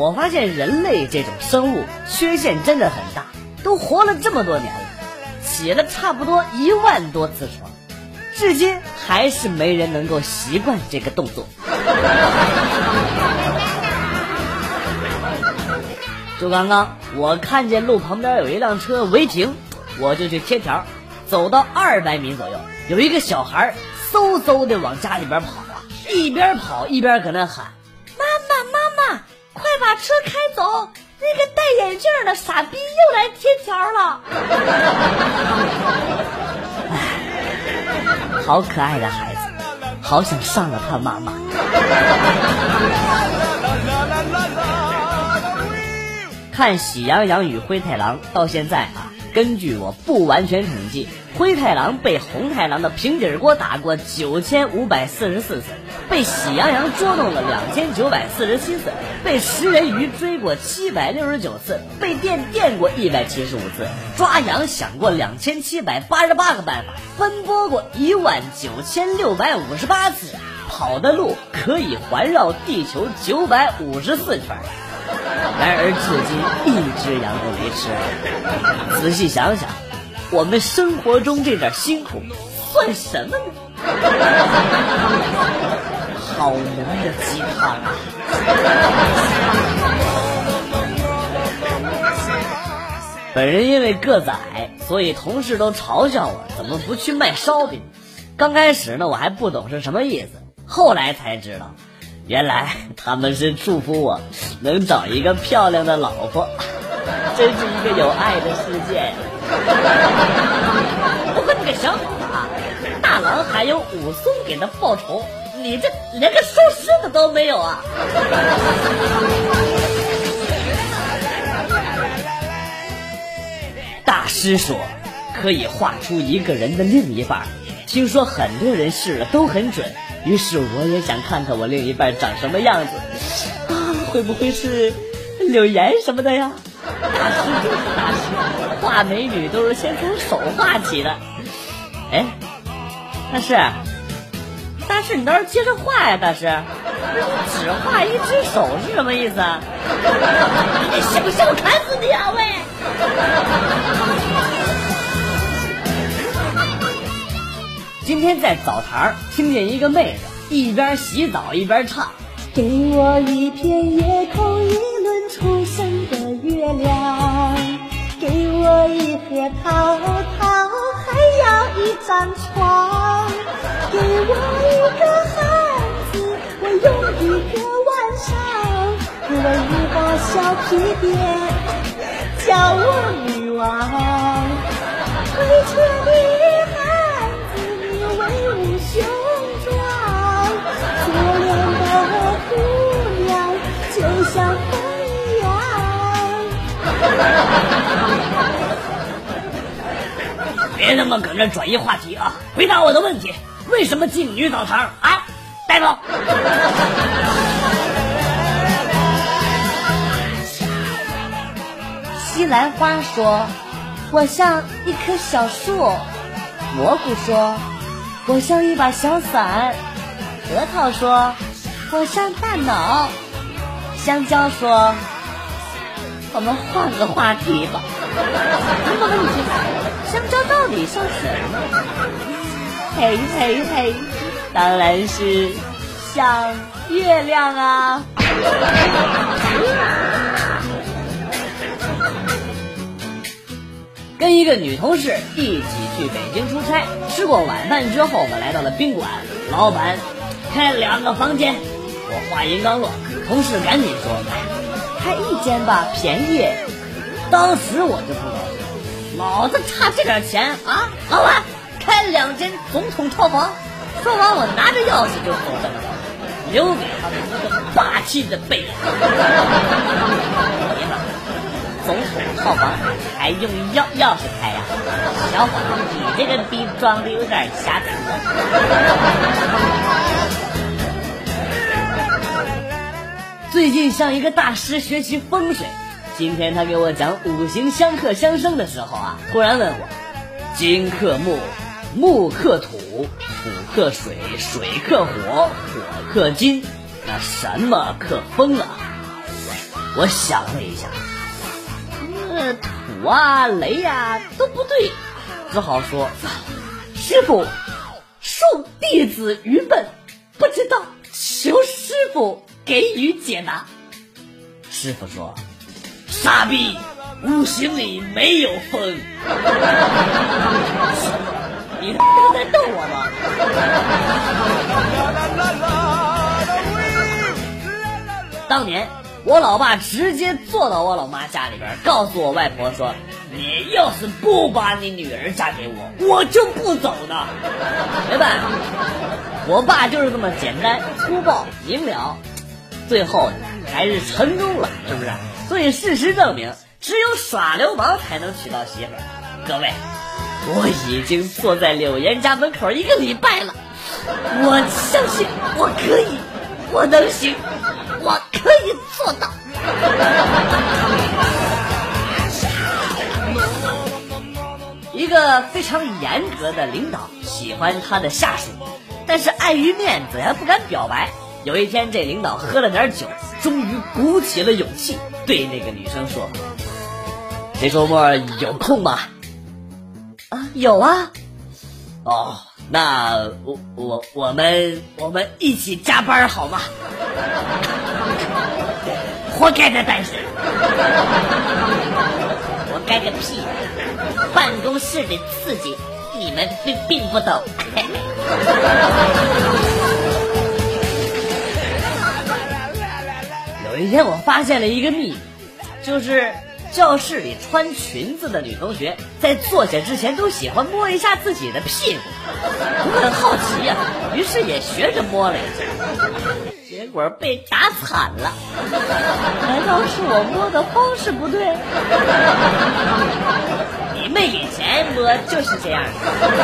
我发现人类这种生物缺陷真的很大，都活了这么多年了，起了差不多1万多次床，至今还是没人能够习惯这个动作。就刚刚我看见路旁边有一辆车违停，我就去贴条，走到200米左右，有一个小孩嗖嗖的往家里边跑啊，一边跑一边搁那喊：妈妈，快把车开走，那个戴眼镜的傻逼又来贴条了。好可爱的孩子，好想上了他妈妈。看《喜羊羊与灰太狼》到现在啊，根据我不完全统计，灰太狼被红太狼的平底锅打过9544次，被喜羊羊捉弄了2947次，被食人鱼追过769次，被电过175次，抓羊想过2788个办法，奔波过19658次，跑的路可以环绕地球954圈。然而至今1只羊都没吃。仔细想想，我们生活中这点辛苦算什么呢？好浓的鸡汤啊！本人因为个子矮，所以同事都嘲笑我怎么不去卖烧饼。刚开始呢，我还不懂是什么意思，后来才知道原来他们是祝福我能找一个漂亮的老婆，真是一个有爱的世界。不过这个小伙子啊，大郎还有武松给他报仇，你这连个收尸的都没有啊！大师说可以画出一个人的另一半，听说很多人试了都很准，于是我也想看看我另一半长什么样子啊，会不会是柳岩什么的呀？大师就是大师，画美女都是先从手画起的。哎，大师你倒是接着画呀，大师，你只画一只手是什么意思啊？你信不信我砍死你啊喂！今天在澡堂听见一个妹子一边洗澡一边唱：给我一片夜空，一轮初升的月亮，给我一盒桃桃，还要一张床，给我一个汉子，我用一个晚上，给我一把小皮鞭，叫我女王，推车的汉子你威武雄壮，可怜的姑娘就像风一样。别他妈搁这转移话题啊！回答我的问题，为什么进女澡堂啊？带走。西兰花说：我像一棵小树。蘑菇说：我像一把小伞。核桃说：我像大脑。香蕉说：我们换个话题吧。那么问题来了，香蕉到底像什么？嘿嘿嘿，当然是像月亮啊。跟一个女同事一起去北京出差，吃过晚饭之后，我们来到了宾馆，老板开2个房间。我话音刚落，同事赶紧说：开1间吧，便宜。当时我就不高兴，老子差这点钱啊！老板开2间总统套房。说完我拿着钥匙就走了，留给他们一个霸气的背影。总统套房还用钥匙开呀？小伙子，你这个逼装的有点瑕疵。最近向一个大师学习风水，今天他给我讲5行相克相生的时候啊，突然问我：金克木，木克土，土克水，水克火，火克金，那什么克风啊？ 我想了一下，土啊雷啊都不对，只好说，师傅，恕弟子愚笨，不知道，求师傅给予解答。师傅说，傻逼，五行里没有风。你在逗我吗？当年我老爸直接坐到我老妈家里边，告诉我外婆说，你要是不把你女儿嫁给我，我就不走呢。没办法，我爸就是这么简单粗暴明了，最后还是成功了，是不是？所以事实证明，只有耍流氓才能娶到媳妇儿。各位，我已经坐在柳岩家门口1个礼拜了，我相信我可以，我能行，我可以做到。一个非常严格的领导喜欢他的下属，但是碍于面子还不敢表白。有一天，这领导喝了点酒，终于鼓起了勇气，对那个女生说，这周末有空吗？有啊。哦，那我们一起加班好吗？活该的单身。活该个屁！办公室的刺激你们并不懂。有一天我发现了一个秘密，就是教室里穿裙子的女同学在坐下之前都喜欢摸一下自己的屁股。我很好奇呀，于是也学着摸了一下，结果被打惨了。难道是我摸的方式不对？你没给钱摸就是这样。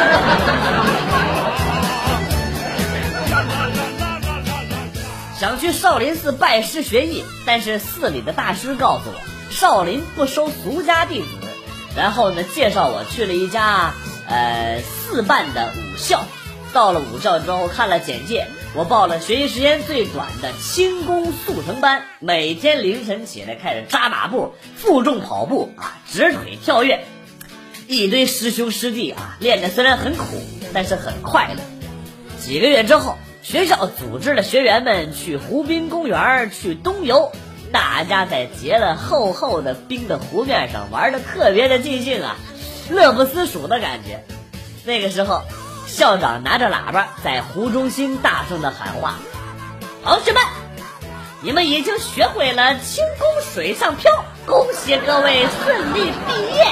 想去少林寺拜师学艺，但是寺里的大师告诉我，少林不收俗家弟子。然后呢，介绍我去了一家寺办的武校。到了武校之后，看了简介，我报了学习时间最短的轻功速成班，每天凌晨起来开始扎马步、负重跑步直腿跳跃。一堆师兄师弟练得虽然很苦，但是很快乐。几个月之后，学校组织了学员们去湖滨公园去冬游，大家在结了厚厚的冰的湖面上玩得特别的尽兴乐不思蜀的感觉。那个时候，校长拿着喇叭在湖中心大声的喊话，同学们，你们已经学会了轻功水上漂，恭喜各位顺利毕业。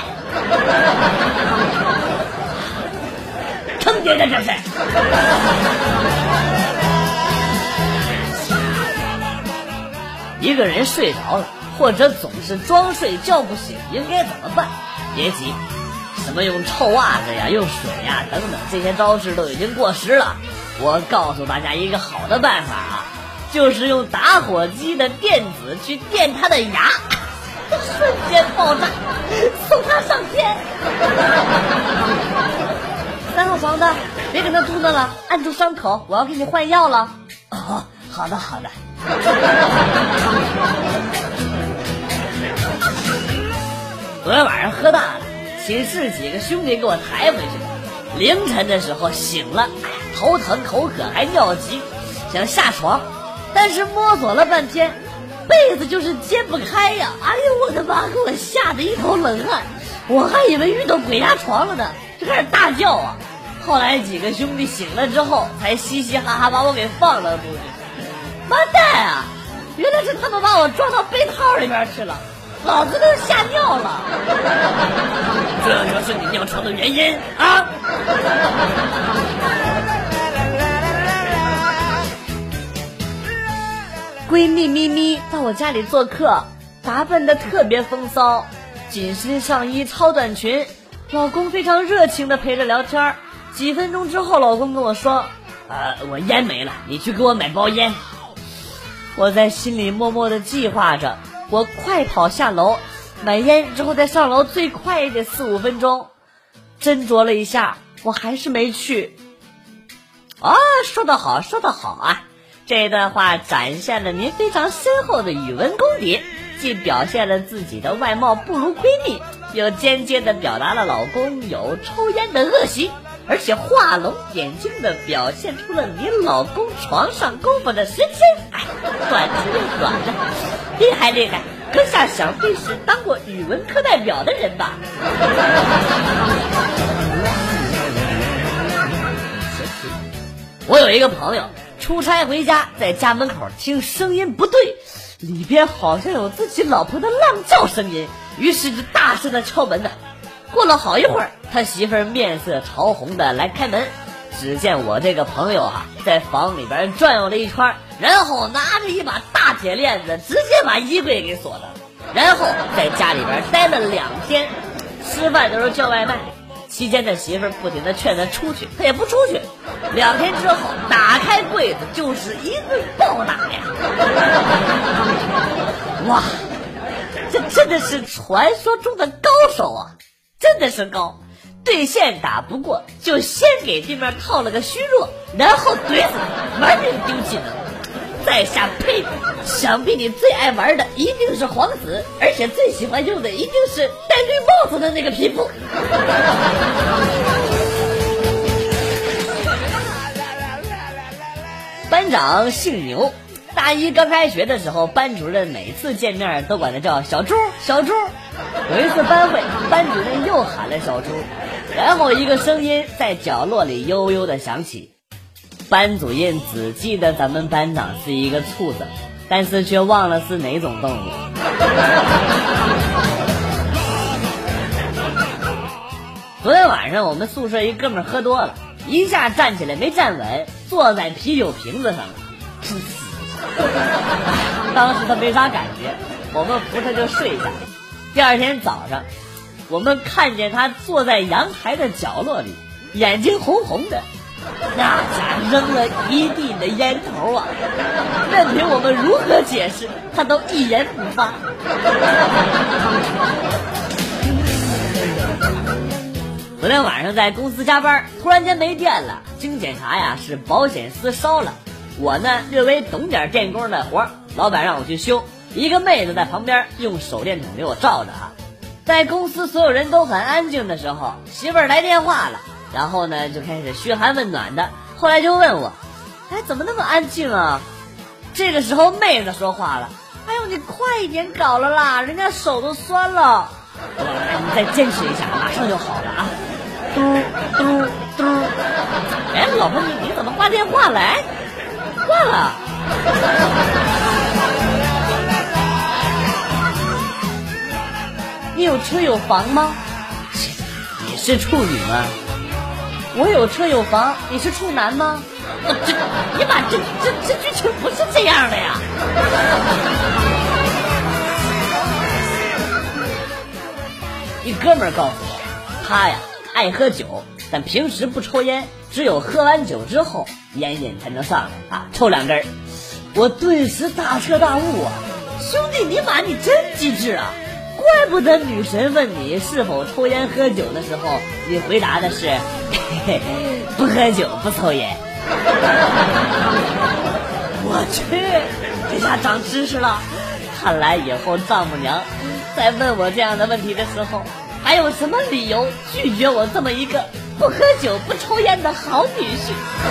坑爹的这是。一个人睡着了，或者总是装睡叫不醒，应该怎么办？别急，什么用臭袜子呀、用水呀等等，这些招式都已经过时了。我告诉大家一个好的办法就是用打火机的电子去电他的牙，瞬间爆炸，送他上天。3号床的，别跟他嘟囔了，按住伤口，我要给你换药了。哦，好的好的。昨天晚上喝大了，寝室几个兄弟给我抬回去了。凌晨的时候醒了，头疼口渴还尿急，想下床，但是摸索了半天，被子就是揭不开呀！哎呦我的妈，给我吓得一头冷汗，我还以为遇到鬼压床了呢，就开始大叫后来几个兄弟醒了之后，才嘻嘻哈哈把我给放了出去。妈蛋原来是他们把我装到被套里面去了，老子都吓尿了。这就是你尿床的原因闺蜜咪咪到我家里做客，打扮得特别风骚，紧身上衣超短裙，老公非常热情地陪着聊天。几分钟之后，老公跟我说我烟没了，你去给我买包烟。我在心里默默地计划着，我快跑下楼买烟，之后再上楼，最快也得4-5分钟。斟酌了一下，我还是没去。说得好说得好这段话展现了您非常深厚的语文功底。 既表现了自己的外貌不如闺蜜，又间接的表达了老公有抽烟的恶习，而且画龙点睛的表现出了你老公床上功夫的时间。哎，短之又短的，厉害厉害，阁下想必是当过语文课代表的人吧？我有一个朋友出差回家，在家门口听声音不对，里边好像有自己老婆的浪叫声音，于是就大声的敲门呢。过了好一会儿，他媳妇儿面色潮红的来开门，只见我这个朋友在房里边转悠了一圈，然后拿着一把大铁链子直接把衣柜给锁了，然后在家里边待了2天，吃饭的时候叫外卖，期间的媳妇儿不停的劝他出去，他也不出去。2天之后打开柜子就是一顿暴打呀！哇，这真的是传说中的高手啊，真的是高。对线打不过就先给对面套了个虚弱，然后怼死他，玩命丢技能，在下佩服。想必你最爱玩的一定是皇子，而且最喜欢用的一定是戴绿帽子的那个皮肤。班长姓牛，大一刚开学的时候，班主任每次见面都管他叫小猪小猪。有一次班会，班主任又喊了小猪，然后一个声音在角落里悠悠的响起。班主任只记得咱们班长是一个畜生，但是却忘了是哪种动物。昨天晚上我们宿舍一哥们喝多了，一下站起来没站稳，坐在啤酒瓶子上了，真是。当时他没啥感觉，我们扶他就睡下。第二天早上，我们看见他坐在阳台的角落里，眼睛红红的，那家扔了一地的烟头啊！任凭我们如何解释，他都一言不发。昨天晚上在公司加班，突然间没电了，经检查呀是保险丝烧了。我呢略微懂点电工的活，老板让我去修，一个妹子在旁边用手电筒给我照着在公司所有人都很安静的时候，媳妇儿来电话了，然后呢就开始嘘寒问暖的，后来就问我，哎，怎么那么安静啊？这个时候妹子说话了，哎呦，你快一点搞了啦，人家手都酸了。你再坚持一下，马上就好了啊！嘟嘟嘟！哎，老婆，你怎么挂电话了？哎，挂了。你有车有房吗？你是处女吗？我有车有房，你是处男吗？你把这剧情不是这样的呀！一哥们儿告诉我，他呀爱喝酒，但平时不抽烟，只有喝完酒之后烟瘾才能上来抽2根。我顿时大彻大悟啊！兄弟，你真机智啊！怪不得女神问你是否抽烟喝酒的时候，你回答的是嘿嘿不喝酒不抽烟。我去，这下长知识了。看来以后丈母娘在问我这样的问题的时候，还有什么理由拒绝我这么一个不喝酒不抽烟的好女婿？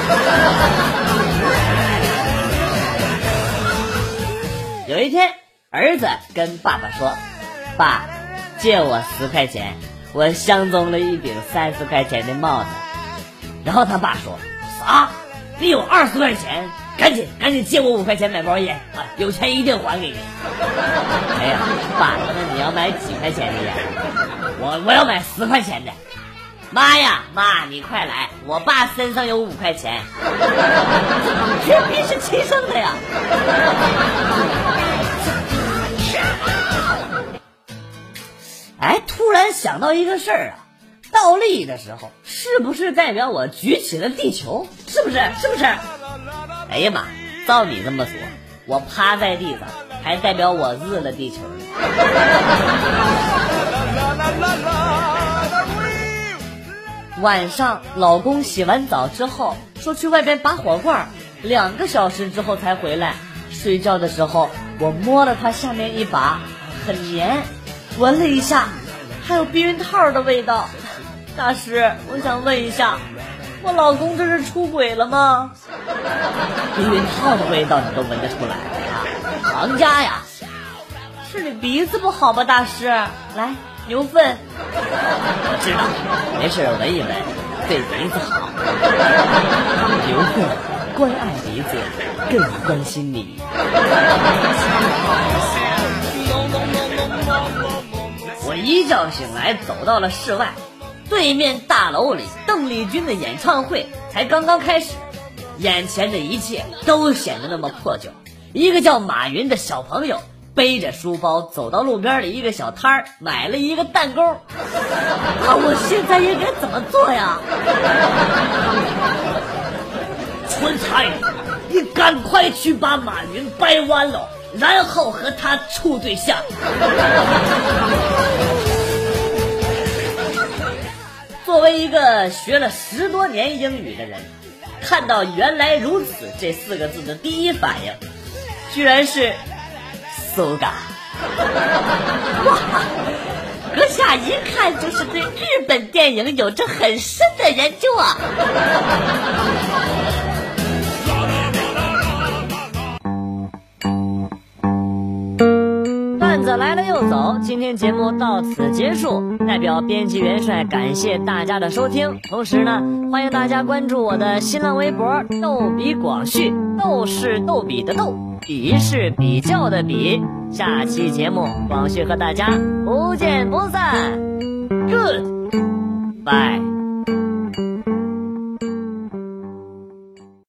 有一天，儿子跟爸爸说，爸，借我10块钱，我相中了一顶30块钱的帽子。然后他爸说，啥？你有20块钱？赶紧借我5块钱买包烟啊！有钱一定还给你。哎呀，爸，那你要买几块钱的烟？我要买10块钱的。妈呀，妈，你快来，我爸身上有5块钱。绝逼是亲生的呀！哎，突然想到一个事儿啊，倒立的时候是不是代表我举起了地球？是不是？哎呀妈，照你这么说，我趴在地上还代表我日了地球呢。晚上老公洗完澡之后说去外边拔火罐，2个小时之后才回来。睡觉的时候我摸了他下面一把， 很黏，闻了一下还有避孕套的味道。大师，我想问一下，我老公这是出轨了吗？避孕套的味道你都闻得出来啊？行家呀，是你鼻子不好吧？大师，来牛粪。我知道，没事闻一闻对鼻子好。牛粪关爱鼻子，更关心你。我一觉醒来走到了室外，对面大楼里邓丽君的演唱会才刚刚开始，眼前的一切都显得那么破旧。一个叫马云的小朋友背着书包走到路边的一个小摊儿，买了一个弹弓。我现在应该怎么做呀？春菜，你赶快去把马云掰弯了，然后和他处对象。作为一个学了10多年英语的人，看到原来如此这4个字的第一反应居然是搜嘎。哇，阁下一看就是对日本电影有着很深的研究啊。段子来了又走，今天节目到此结束，代表编辑元帅感谢大家的收听，同时呢，欢迎大家关注我的新浪微博逗比广旭，逗是逗比的逗，比是比较的比。下期节目广旭和大家不见不散。 Goodbye。